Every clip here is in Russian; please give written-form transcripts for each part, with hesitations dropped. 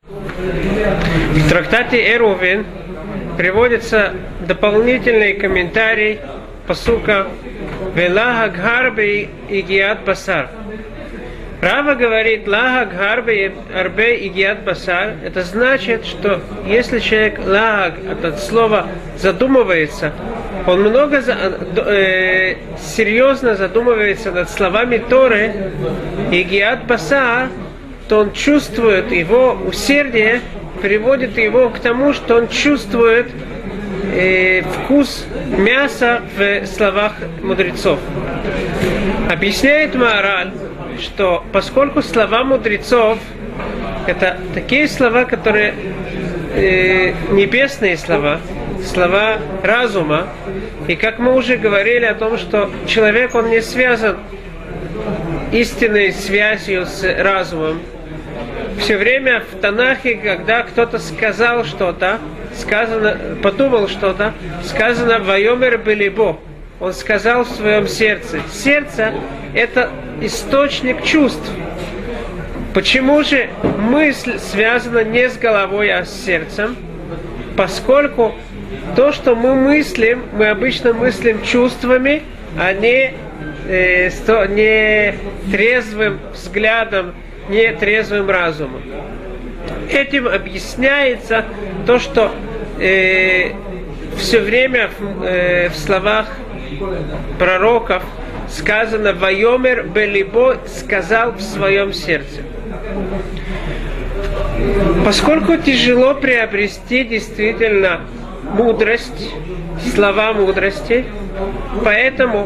В трактате Эрувин приводится дополнительный комментарий пасука «Велага гхарбе игиат басар». Рава говорит «Лага гхарбе арбе игиат басар». Это значит, что если человек лагаг, это слово задумывается, он много серьезно задумывается над словами Торы игиат басар, то он чувствует его усердие, приводит его к тому, что он чувствует вкус мяса в словах мудрецов. Объясняет Маораль, что поскольку слова мудрецов это такие слова, которые небесные слова, слова разума, и как мы уже говорили о том, что человек, он не связан истинной связью с разумом. Все время в Танахе, когда кто-то сказал что-то, подумал что-то, сказано «Вайомер белибо». Он сказал в своем сердце. Сердце – это источник чувств. Почему же мысль связана не с головой, а с сердцем? Поскольку то, что мы мыслим, мы обычно мыслим чувствами, а не трезвым взглядом, не трезвым разумом. Этим объясняется то, что все время в словах пророков сказано «Вайомер белибо» сказал в своем сердце. Поскольку тяжело приобрести действительно мудрость, слова мудрости, поэтому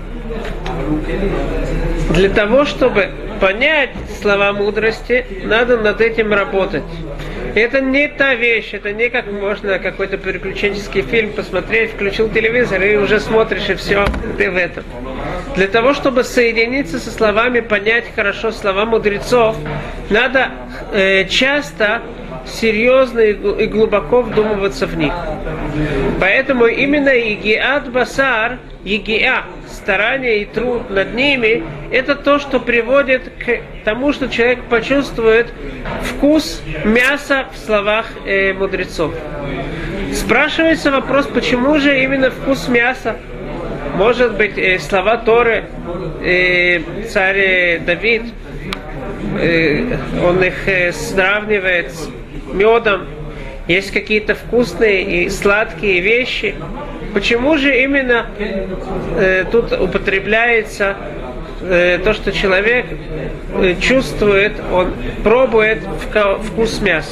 для того, чтобы понять слова мудрости, надо над этим работать. Это не та вещь, это не как можно какой-то приключенческий фильм посмотреть, включил телевизор и уже смотришь, и все, ты в этом. Для того, чтобы соединиться со словами, понять хорошо слова мудрецов, надо часто серьезно и глубоко вдумываться в них. Поэтому именно игиат басар, игиа, старание и труд над ними, это то, что приводит к тому, что человек почувствует вкус мяса в словах мудрецов. Спрашивается вопрос, почему же именно вкус мяса? Может быть, слова Торы, царь Давид, он их сравнивает с медом. Есть какие-то вкусные и сладкие вещи. Почему же именно тут употребляется то, что человек чувствует, он пробует вкус мяса?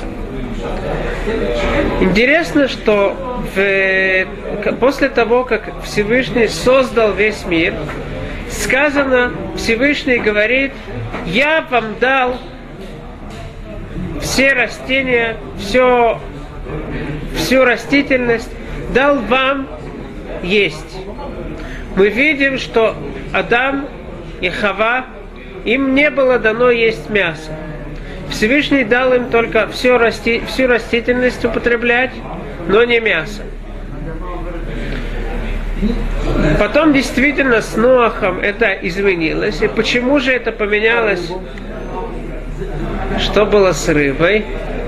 Интересно, что после того, как Всевышний создал весь мир, сказано, Всевышний говорит: «Я вам дал все растения, всю растительность, дал вам есть». Мы видим, что Адам и Хава, им не было дано есть мясо. Всевышний дал им только всю растительность употреблять, но не мясо. Потом действительно с Ноахом это изменилось. И почему же это поменялось? Что было с рыбой?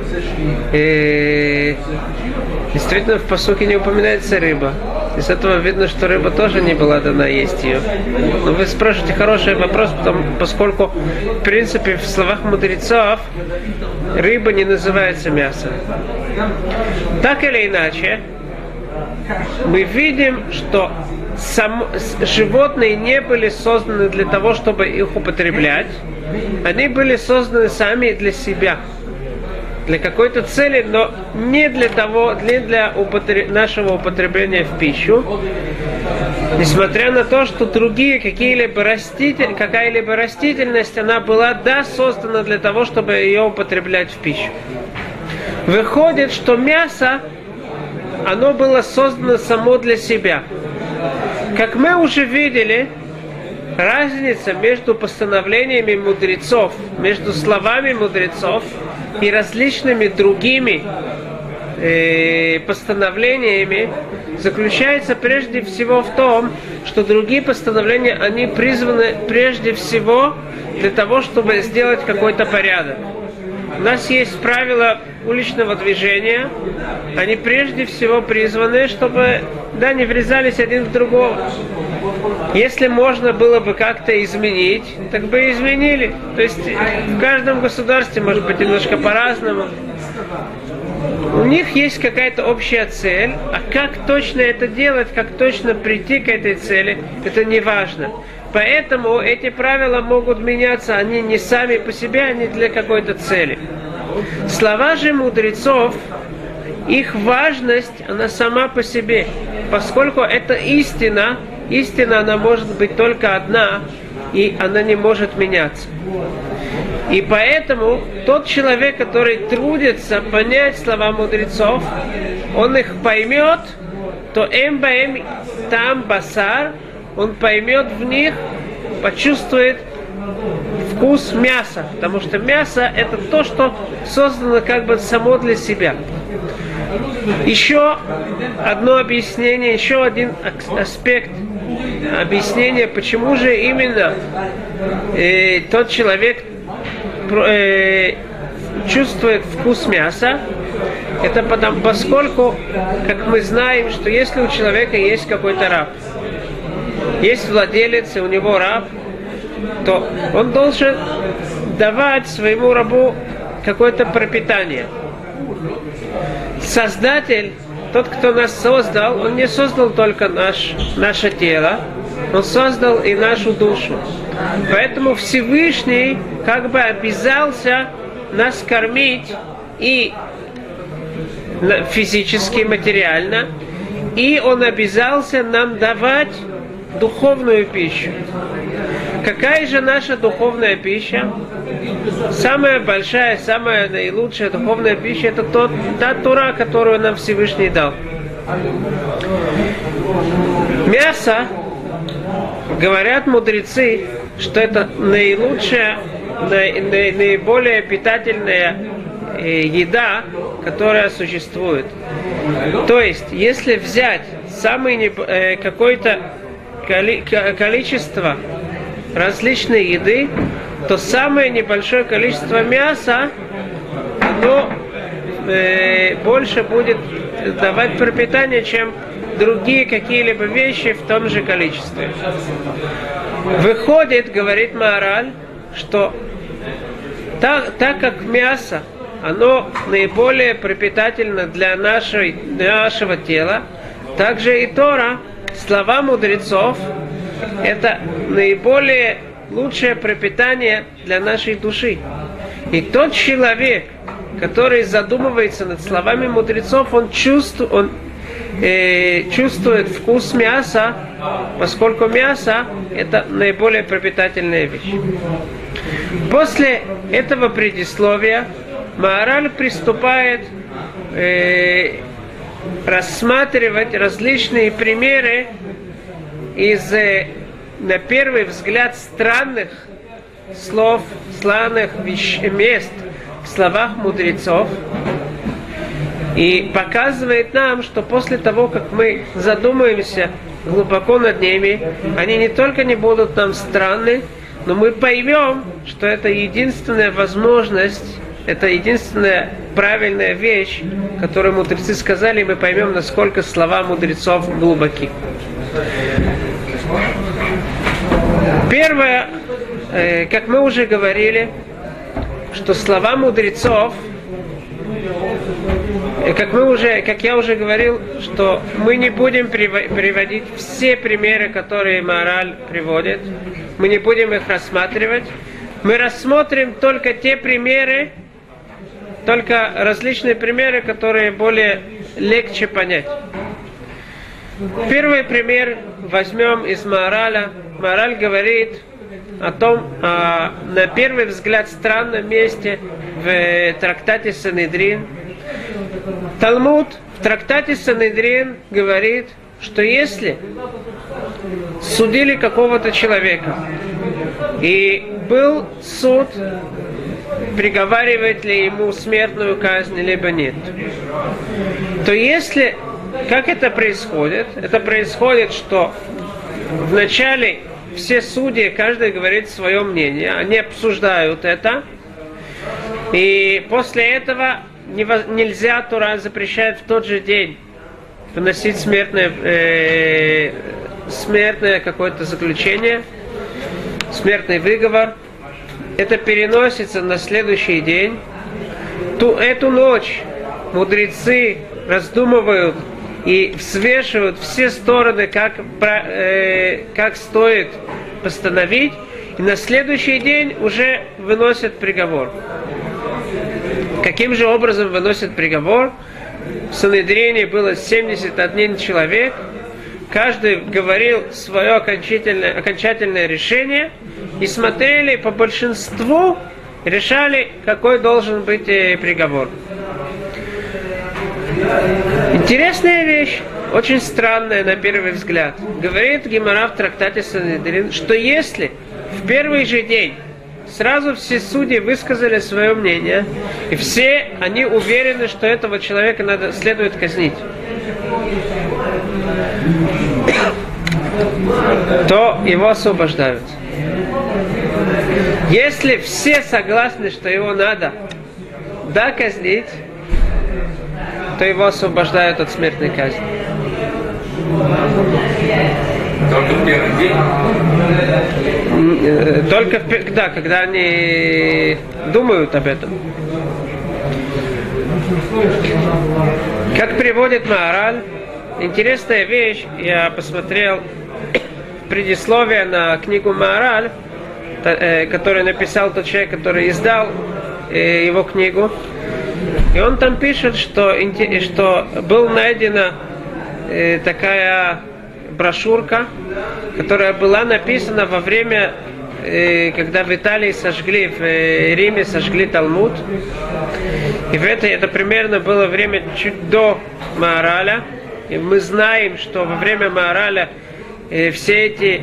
Действительно, в пасуке не упоминается рыба. Из этого видно, что рыба тоже не была дана есть ее. Но вы спрашиваете хороший вопрос, поскольку, в принципе, в словах мудрецов рыба не называется мясом. Так или иначе, мы видим, что животные не были созданы для того, чтобы их употреблять. Они были созданы сами для себя, для какой-то цели, но не для нашего употребления в пищу. Несмотря на то, что какая-либо растительность, она была создана для того, чтобы ее употреблять в пищу. Выходит, что мясо, оно было создано само для себя. Как мы уже видели, разница между постановлениями мудрецов, между словами мудрецов и различными другими постановлениями заключается прежде всего в том, что другие постановления, они призваны прежде всего для того, чтобы сделать какой-то порядок. У нас есть правила уличного движения. Они прежде всего призваны, чтобы не врезались один в другого. Если можно было бы как-то изменить, так бы и изменили. То есть в каждом государстве может быть немножко по-разному. У них есть какая-то общая цель, а как точно это делать, как точно прийти к этой цели, это не важно. Поэтому эти правила могут меняться, они не сами по себе, они для какой-то цели. Слова же мудрецов, их важность, она сама по себе, поскольку это истина, истина она может быть только одна, и она не может меняться. И поэтому тот человек, который трудится понять слова мудрецов, он их поймет, то эмбаэм там басар, он поймет в них, почувствует вкус мяса, потому что мясо это то, что создано как бы само для себя. Еще одно объяснение, еще один аспект объяснения, почему же именно тот человек чувствует вкус мяса, это поскольку, как мы знаем, что если у человека есть какой-то раб, есть владелец, и у него раб, то он должен давать своему рабу какое-то пропитание. Создатель, тот, кто нас создал, он не создал только наше тело, он создал и нашу душу. Поэтому Всевышний как бы обязался нас кормить и физически, материально, и он обязался нам давать духовную пищу. Какая же наша духовная пища? Самая большая, самая наилучшая духовная пища это та Тора, которую нам Всевышний дал. Мясо, говорят мудрецы, что это наилучшая, наиболее питательная еда, которая существует. То есть, если взять какое-то количество различной еды, то самое небольшое количество мяса, оно больше будет давать пропитание, чем другие какие-либо вещи в том же количестве. Выходит, говорит Маораль, что так как мясо, оно наиболее пропитательно для нашего тела, также и Тора, слова мудрецов, это наиболее лучшее пропитание для нашей души. И тот человек, который задумывается над словами мудрецов, он чувствует вкус мяса, поскольку мясо это наиболее пропитательная вещь. После этого предисловия Маораль приступает рассматривать различные примеры из, на первый взгляд, странных слов, странных мест в словах мудрецов, и показывает нам, что после того, как мы задумаемся глубоко над ними, они не только не будут нам странны, но мы поймем, что это единственная возможность, это единственная правильная вещь, которую мудрецы сказали, и мы поймем, насколько слова мудрецов глубоки. Первое, как мы уже говорили, что слова мудрецов, как я уже говорил, что мы не будем приводить все примеры, которые Маораль приводит, мы не будем их рассматривать, мы рассмотрим только те примеры, только различные примеры, которые более легче понять. Первый пример возьмем из Маораля. Маораль говорит о том, на первый взгляд, странном месте в трактате Санедрин. Талмуд в трактате Санедрин говорит, что если судили какого-то человека, и был суд, приговаривает ли ему смертную казнь, либо нет, то если, как это происходит? Это происходит, что вначале все судьи, каждый говорит свое мнение, они обсуждают это, И после этого нельзя, Тора запрещает в тот же день выносить смертное какое-то заключение, смертный выговор. Это переносится на следующий день. Эту ночь мудрецы раздумывают и взвешивают все стороны, как стоит постановить, и на следующий день уже выносят приговор. Каким же образом выносят приговор? В Санедрине было 71 человек, каждый говорил свое окончательное решение, и смотрели по большинству, решали, какой должен быть приговор. Интересная вещь, очень странная на первый взгляд. Говорит Гемара в трактате Санедрин, что если в первый же день сразу все судьи высказали свое мнение, и все они уверены, что этого человека следует казнить, то его освобождают. Если все согласны, что его надо казнить, то его освобождают от смертной казни. Только в первый день? Только когда они думают об этом. Как приводит Маораль, интересная вещь, я посмотрел предисловие на книгу Маораль, который написал тот человек, который издал его книгу. И он там пишет, что была найдена такая брошюрка, которая была написана во время, когда в Италии в Риме сожгли Талмуд. И это примерно было время чуть до Маораля. И мы знаем, что во время Маораля все эти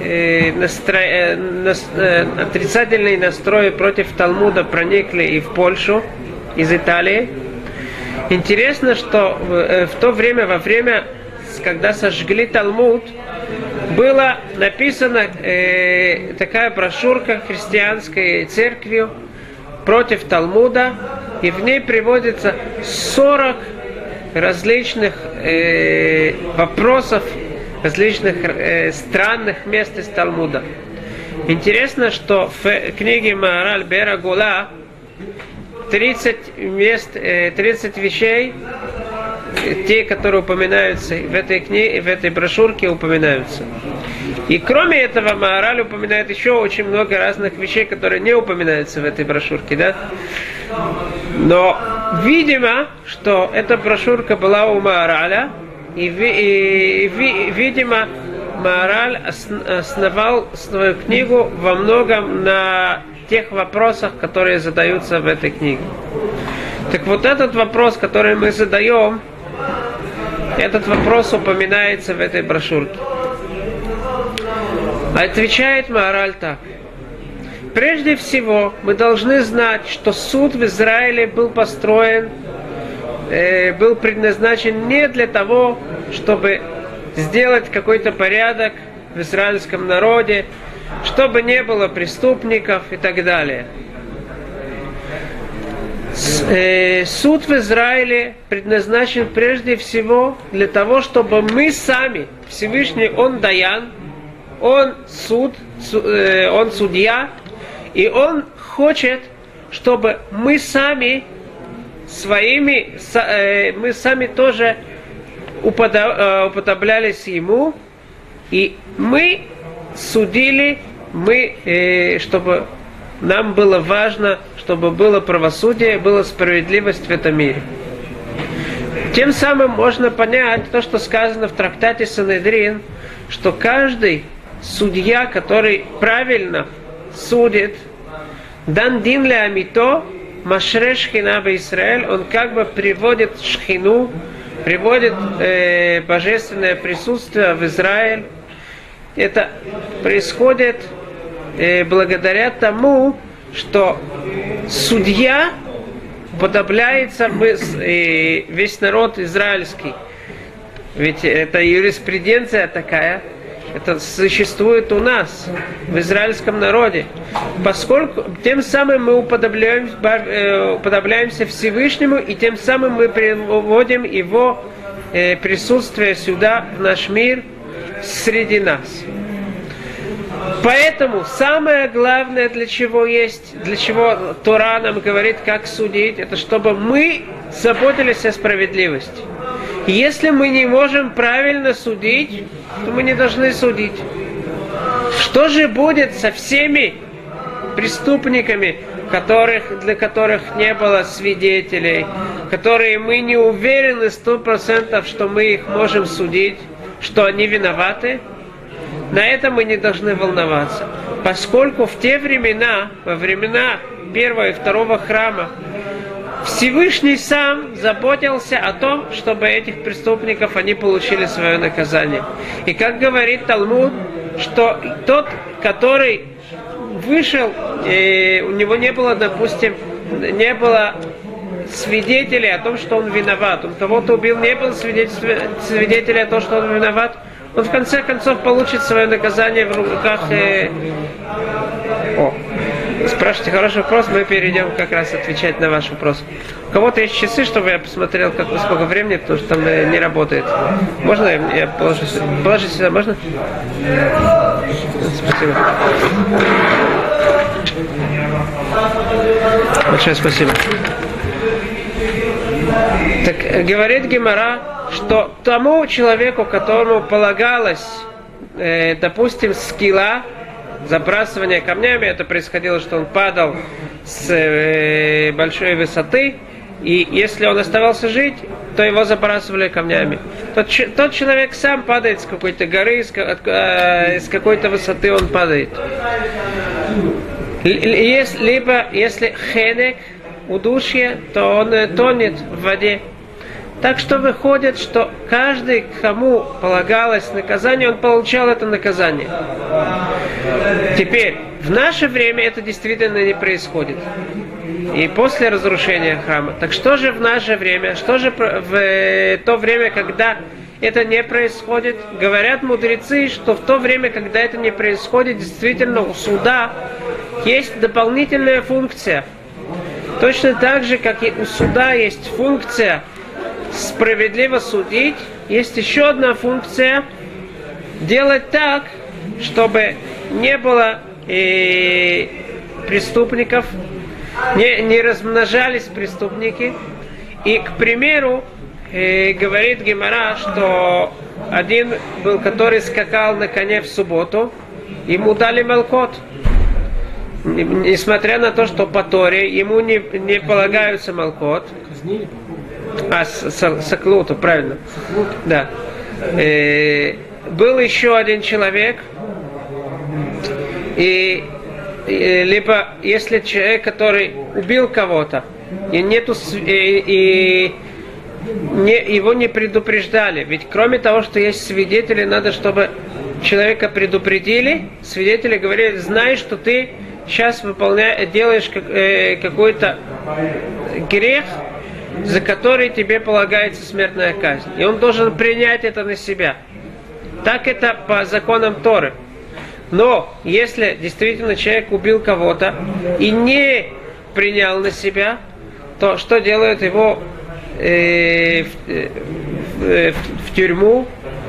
отрицательные настрои против Талмуда проникли и в Польшу из Италии. Интересно, что в то время, когда сожгли Талмуд, была написана такая брошюрка христианской церковью против Талмуда, и в ней приводится 40 различных вопросов, различных странных мест из Талмуда. Интересно, что в книге Маораль Беэр ха-Гола 30 вещей, те, которые упоминаются в этой книге, в этой брошюрке упоминаются. И кроме этого, Маораль упоминает еще очень много разных вещей, которые не упоминаются в этой брошюрке, да? Но видимо, что эта брошюрка была у Маораля, и видимо, Маораль основал свою книгу во многом на тех вопросах, которые задаются в этой книге. Так вот этот вопрос, который мы задаем, этот вопрос упоминается в этой брошюрке. Отвечает Маораль так. Прежде всего, мы должны знать, что суд в Израиле был построен, был предназначен не для того, чтобы сделать какой-то порядок в израильском народе, чтобы не было преступников и так далее. Суд в Израиле предназначен прежде всего для того, чтобы мы сами, Всевышний, Он даян, Он Он судья, и Он хочет, чтобы мы сами тоже уподоблялись Ему, и мы судили, чтобы нам было важно, чтобы было правосудие, была справедливость в этом мире. Тем самым можно понять то, что сказано в трактате Санедрин, что каждый судья, который правильно судит, дан дин ле амито, машре шхина бе Исраэль, он как бы приводит шхину, приводит божественное присутствие в Израиль. Это происходит благодаря тому, что судья уподобляется весь народ израильский. Ведь это юриспруденция такая. Это существует у нас, в израильском народе. Поскольку тем самым мы уподобляемся Всевышнему, и тем самым мы приводим его присутствие сюда, в наш мир, среди нас. Поэтому самое главное, для чего Тора нам говорит, как судить, это чтобы мы заботились о справедливости. Если мы не можем правильно судить, то мы не должны судить. Что же будет со всеми преступниками, для которых не было свидетелей, которые мы не уверены 100%, что мы их можем судить, что они виноваты? На это мы не должны волноваться, поскольку в те времена, во времена первого и второго храма, Всевышний сам заботился о том, чтобы этих преступников они получили свое наказание. И как говорит Талмуд, что тот, который вышел, у него не было, допустим, не было свидетелей о том, что он виноват. Он кого-то убил, не было свидетелей о том, что он виноват. Он в конце концов получит свое наказание в руках. Спрашивайте хороший вопрос, мы перейдем как раз отвечать на ваш вопрос. У кого-то есть часы, чтобы я посмотрел, сколько времени, потому что там не работает. Можно я положу сюда? Можно? Спасибо. Большое спасибо. Так говорит Гемара, что тому человеку, которому полагалось, допустим, скилла, забрасывание камнями, это происходило, что он падал с большой высоты, и если он оставался жить, то его забрасывали камнями. Тот человек сам падает с какой-то горы, с какой-то высоты он падает. Либо если хенек, удушье, то он тонет в воде. Так что выходит, что каждый, кому полагалось наказание, он получал это наказание. Теперь, в наше время это действительно не происходит. И после разрушения храма. Так что же в наше время? Что же в то время, когда это не происходит? Говорят мудрецы, что в то время, когда это не происходит, действительно у суда есть дополнительная функция. Точно так же, как и у суда есть функция справедливо судить, есть еще одна функция делать так, чтобы не было преступников, не размножались преступники. И, к примеру, говорит Гемара, что один был, который скакал на коне в субботу, ему дали малкот. Несмотря на то, что по Торе ему не полагаются малкот. Саклуту, правильно. Да. Был еще один человек, и либо если человек, который убил кого-то, его не предупреждали. Ведь кроме того, что есть свидетели, надо, чтобы человека предупредили. Свидетели говорили: знай, что ты сейчас делаешь какой-то грех, за который тебе полагается смертная казнь. И он должен принять это на себя. Так это по законам Торы. Но если действительно человек убил кого-то и не принял на себя, то что делают его в тюрьму,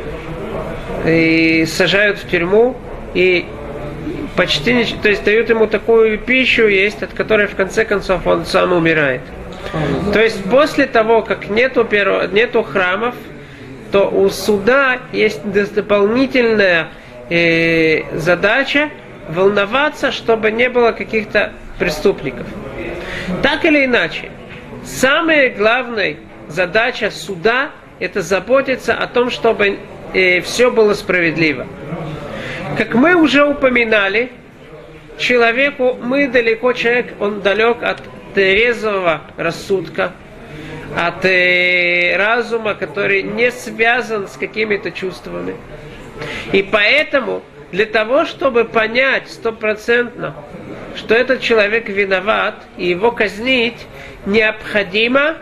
и сажают в тюрьму, и почти не, то есть дают ему такую пищу есть, от которой в конце концов он сам умирает. То есть после того, как нету храмов, то у суда есть дополнительная задача волноваться, чтобы не было каких-то преступников. Так или иначе, самая главная задача суда – это заботиться о том, чтобы все было справедливо. Как мы уже упоминали, человек, он далек от трезвого рассудка, от разума, который не связан с какими-то чувствами. И поэтому, для того, чтобы понять 100%, что этот человек виноват, и его казнить, необходимо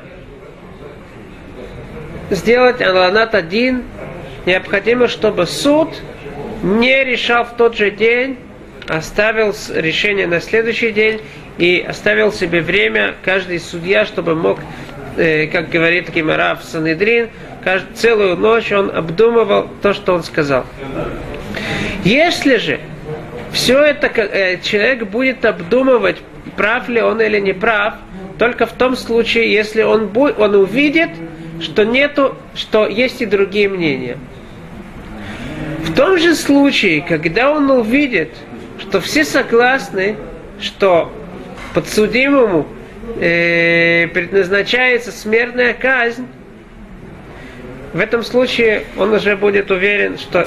сделать аланат один, необходимо, чтобы суд не решал в тот же день, оставил решение на следующий день и оставил себе время, каждый судья, чтобы мог, как говорит Гемара в Санедрин, целую ночь он обдумывал то, что он сказал. Если же все это человек будет обдумывать, прав ли он или не прав, только в том случае, если он увидит, что есть и другие мнения. В том же случае, когда он увидит, что все согласны, что подсудимому предназначается смертная казнь, в этом случае он уже будет уверен, что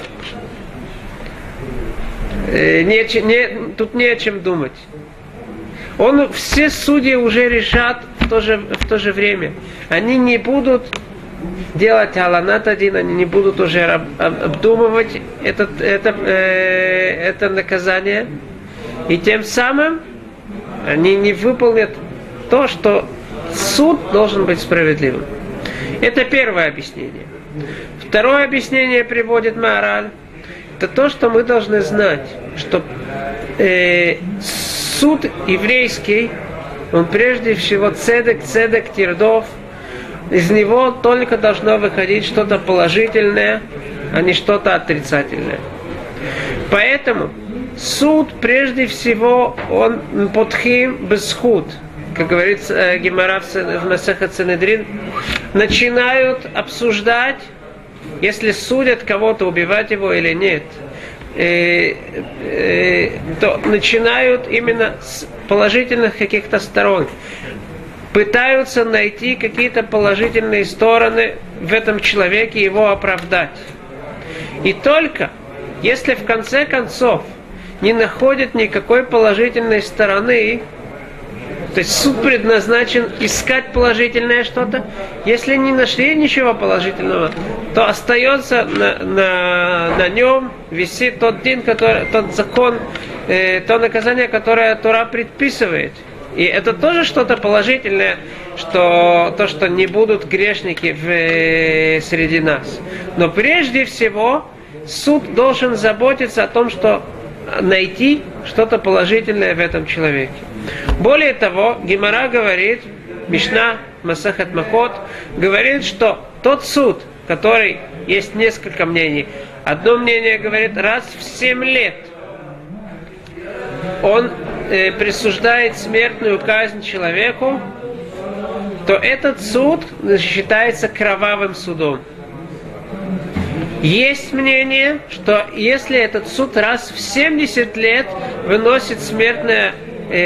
тут не о чем думать. Все судьи уже решат в то же время. Они не будут делать аланат один, они не будут уже обдумывать это наказание. И тем самым они не выполнят то, что суд должен быть справедливым. Это первое объяснение. Второе объяснение приводит Маораль. Это то, что мы должны знать, что суд еврейский, он прежде всего цедек тирдов, из него только должно выходить что-то положительное, а не что-то отрицательное. Поэтому суд прежде всего, он подхим бесхуд, как говорится Гемара в Масехет Санедрин, начинают обсуждать, если судят кого-то, убивать его или нет, то начинают именно с положительных каких-то сторон. Пытаются найти какие-то положительные стороны в этом человеке, его оправдать. И только если в конце концов не находят никакой положительной стороны, то есть суд предназначен искать положительное что-то. Если не нашли ничего положительного, то остается на нем висит тот закон, то наказание, которое Тора предписывает. И это тоже что-то положительное, что не будут грешники среди нас. Но прежде всего суд должен заботиться о том, что найти что-то положительное в этом человеке. Более того, Гемара говорит, Мишна, Масехет Махот, говорит, что тот суд, который есть несколько мнений, одно мнение говорит, раз в 7 лет он присуждает смертную казнь человеку, то этот суд считается кровавым судом. Есть мнение, что если этот суд раз в 70 лет выносит смертный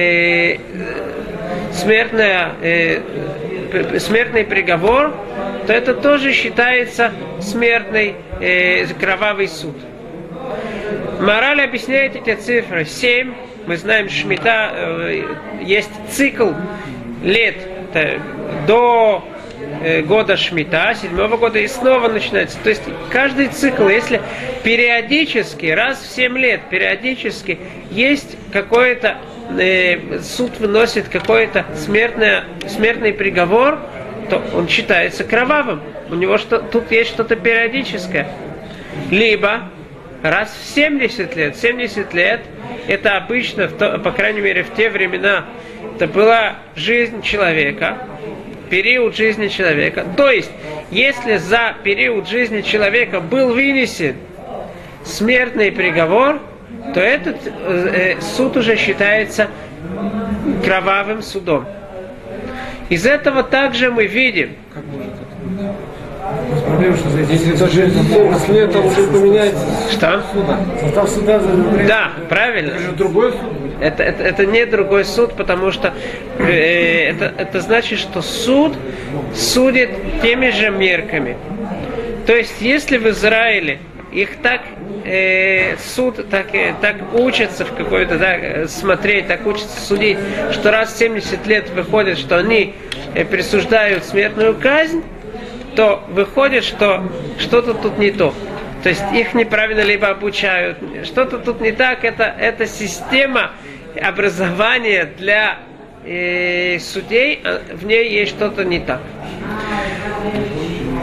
приговор, то это тоже считается смертный кровавый суд. Маораль объясняет эти цифры. 7, мы знаем, Шмита, есть цикл лет до года Шмита, 7-го года, и снова начинается. То есть каждый цикл, если периодически, раз в 7 лет, периодически есть какой-то суд выносит какой-то смертный приговор, то он считается кровавым. У него тут есть что-то периодическое. Либо раз в 70 лет. 70 лет это обычно, по крайней мере в те времена, это была жизнь человека, период жизни человека. То есть, если за период жизни человека был вынесен смертный приговор, то этот суд уже считается кровавым судом. Из этого также мы видим. Проблема, что если даже после этого уже поменяется что? Состав суда. Да, правильно. Это же другой суд. Это не другой суд, потому что это значит, что суд судит теми же мерками. То есть, если в Израиле их так суд так учится в какой-то смотреть, так учится судить, что раз в 70 лет выходит, что они присуждают смертную казнь, то выходит, что что-то тут не то. То есть их неправильно либо обучают, что-то тут не так. Это система образования для судей, в ней есть что-то не так.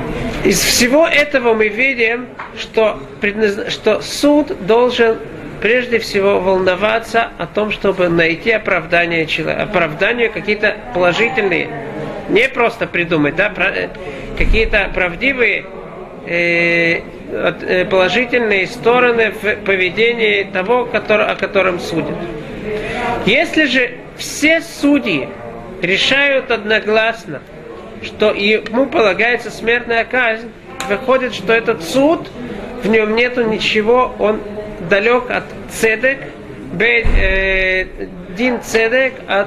Из всего этого мы видим, что суд должен прежде всего волноваться о том, чтобы найти оправдание человека, оправданию какие-то положительные, не просто придумать, да, какие-то правдивые положительные стороны в поведении того, о котором судят. Если же все судьи решают одногласно, что ему полагается смертная казнь, выходит, что этот суд, в нем нету ничего, он далек от цедек, дин цедек, от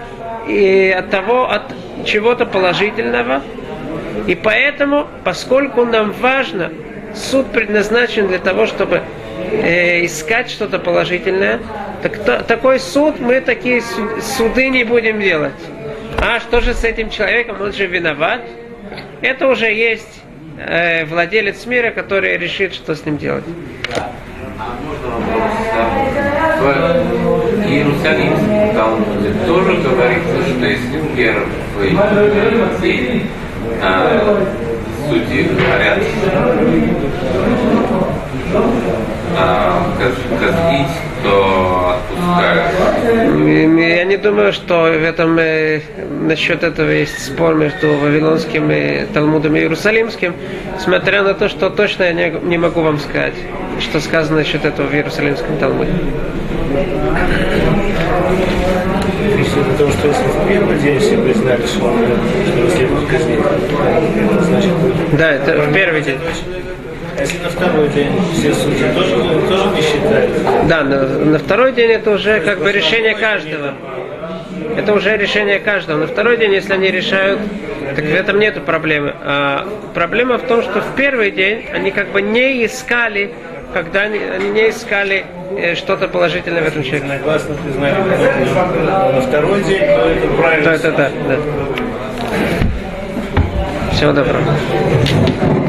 чего-то положительного. И поэтому, поскольку нам важно, суд предназначен для того, чтобы искать что-то положительное, такой суд, мы такие суды не будем делать. А что же с этим человеком? Он же виноват. Это уже есть владелец мира, который решит, что с ним делать. В Иерусалимском Талмуде тоже говорится, что если в первый день судьи говорят казнить, то отпускают. Я не думаю, что в этом насчет этого есть спор между Вавилонским и Талмудом и Иерусалимским, смотря на то, что точно я не могу вам сказать, что сказано насчет этого в Иерусалимском Талмуде. Потому что если в первый день все признали, что его следует казнить, значит... Да, это в первый день. А если на второй день все судьи тоже не считают? Да, на второй день это уже как бы решение каждого. Это уже решение каждого. На второй день, если они решают, так в этом нету проблемы. А проблема в том, что в первый день они как бы не искали, когда они не искали что-то положительное в этом человеке. Согласно признали, на второй день, то это правильно. Да. Всего доброго.